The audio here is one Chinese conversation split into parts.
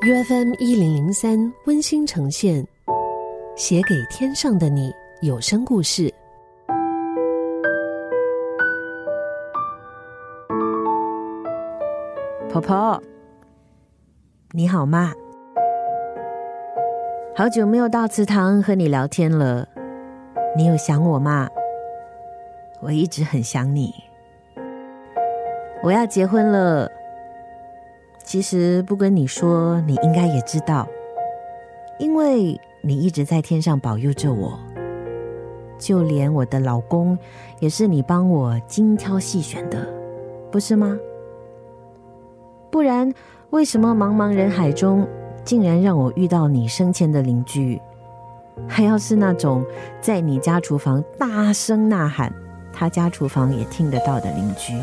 UFM1003 温馨呈现写给天上的你有声故事。 婆婆，你好吗？好久没有到祠堂和你聊天了，你有想我吗？我一直很想你。我要结婚了，其实不跟你说，你应该也知道，因为你一直在天上保佑着我，就连我的老公也是你帮我精挑细选的，不是吗？不然为什么茫茫人海中竟然让我遇到你生前的邻居，还要是那种在你家厨房大声呐喊，他家厨房也听得到的邻居。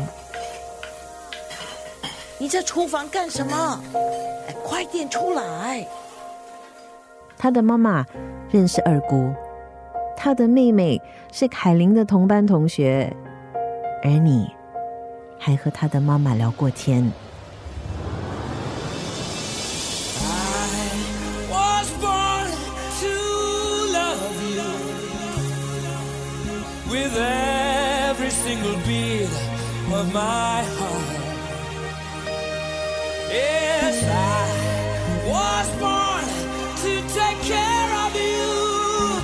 你在厨房干什么？快点出来！ 他的妈妈认识二姑，他的妹妹是凯琳的同班同学，而你还和他的妈妈聊过天。 With every single beat of my heart, yes, I was born to take care of you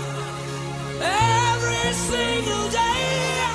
every single day.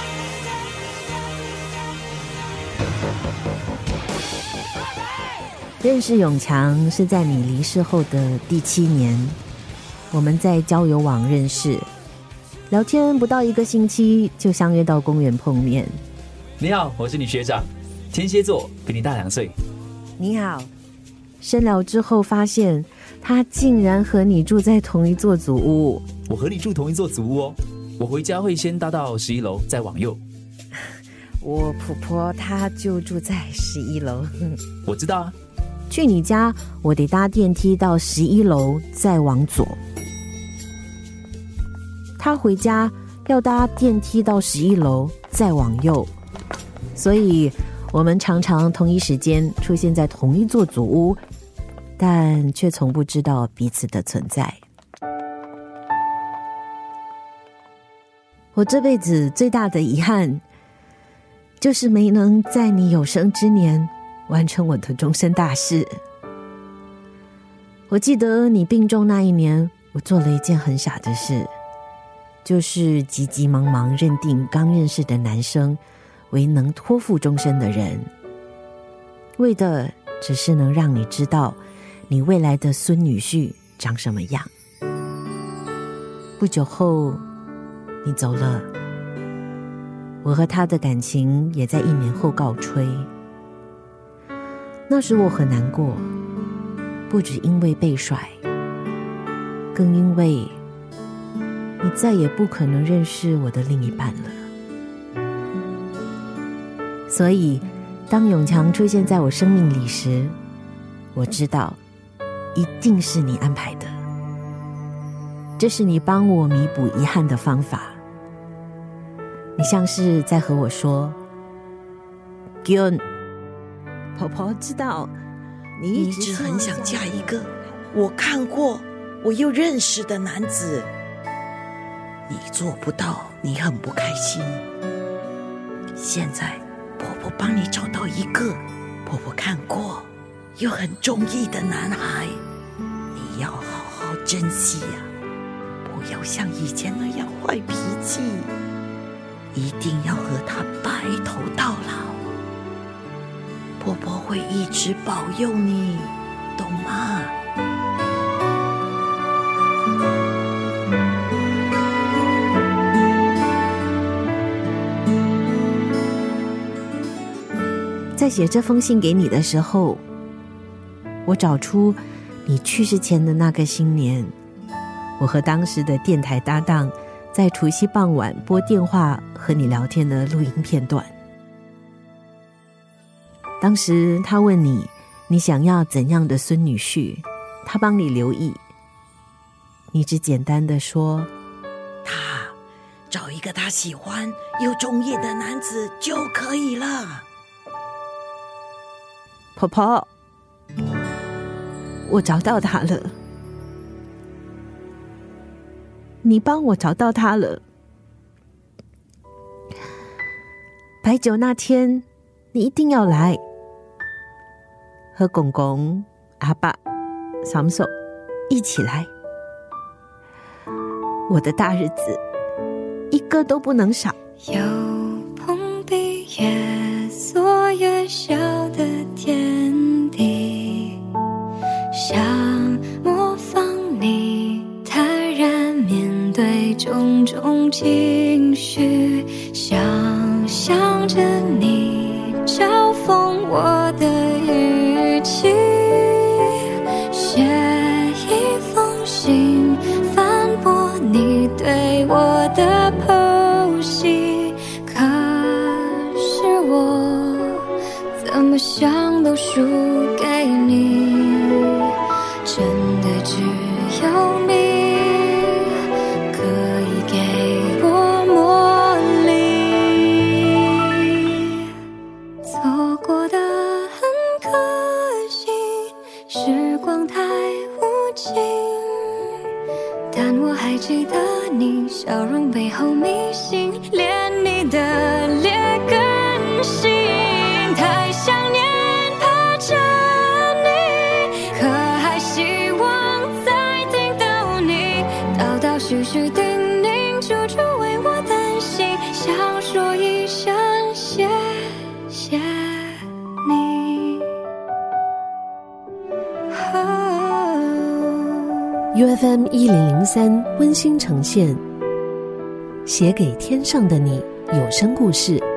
认识永强是在你离世后的第7年，我们在交友网认识，聊天不到1个星期就相约到公园碰面。 你好，我是你学长，天蝎座，比你大2岁。 你好。深聊之后发现他竟然和你住在同一座祖屋。 我和你住同一座祖屋哦，我回家会先搭到11楼再往右。 我婆婆她就住在11楼。 我知道啊。 去你家我得搭电梯到11楼再往左，他回家要搭电梯到11楼再往右，所以我们常常同一时间出现在同一座祖屋，但却从不知道彼此的存在。我这辈子最大的遗憾，就是没能在你有生之年完成我的终身大事。我记得你病重那一年，我做了一件很傻的事，就是急急忙忙认定刚认识的男生为能托付终身的人，为的只是能让你知道你未来的孙女婿长什么样。不久后你走了，我和他的感情也在1年后告吹。那时我很难过，不只因为被甩，更因为你再也不可能认识我的另一半了。所以当永强出现在我生命里时，我知道一定是你安排的，这是你帮我弥补遗憾的方法。你像是在和我说， Gion， 婆婆知道你一直很想嫁一个我看过我又认识的男子，你做不到，你很不开心。现在婆婆帮你找到一个婆婆看过又很中意的男孩，你要好好珍惜呀，不要像以前那样坏脾气，一定要和他白头到老。婆婆会一直保佑你，懂吗？ 在写这封信给你的时候，我找出你去世前的那个新年，我和当时的电台搭档在除夕傍晚拨电话和你聊天的录音片段。当时他问你，你想要怎样的孙女婿，他帮你留意，你只简单的说， 他找一个他喜欢又中意的男子就可以了。 婆婆， 我找到他了，你帮我找到他了。白酒那天你一定要来，和公公、阿爸、三嫂一起来。我的大日子一个都不能少。 有朋比耶所越小的天地，想模仿你坦然面对种种情绪，想象着你嘲讽我的语气，写一封信反驳你对我的剖析，可是我怎么想都输给你，真的只有你可以给我魔力。错过的很可惜，时光太无情，但我还记得你笑容背后迷信，连你的劣根性，太想念怕着你，可还希望再听到你叨叨絮絮叮咛，处处为我担心，想说一声谢谢你。 UFM 1003温馨呈现，写给天上的你有声故事。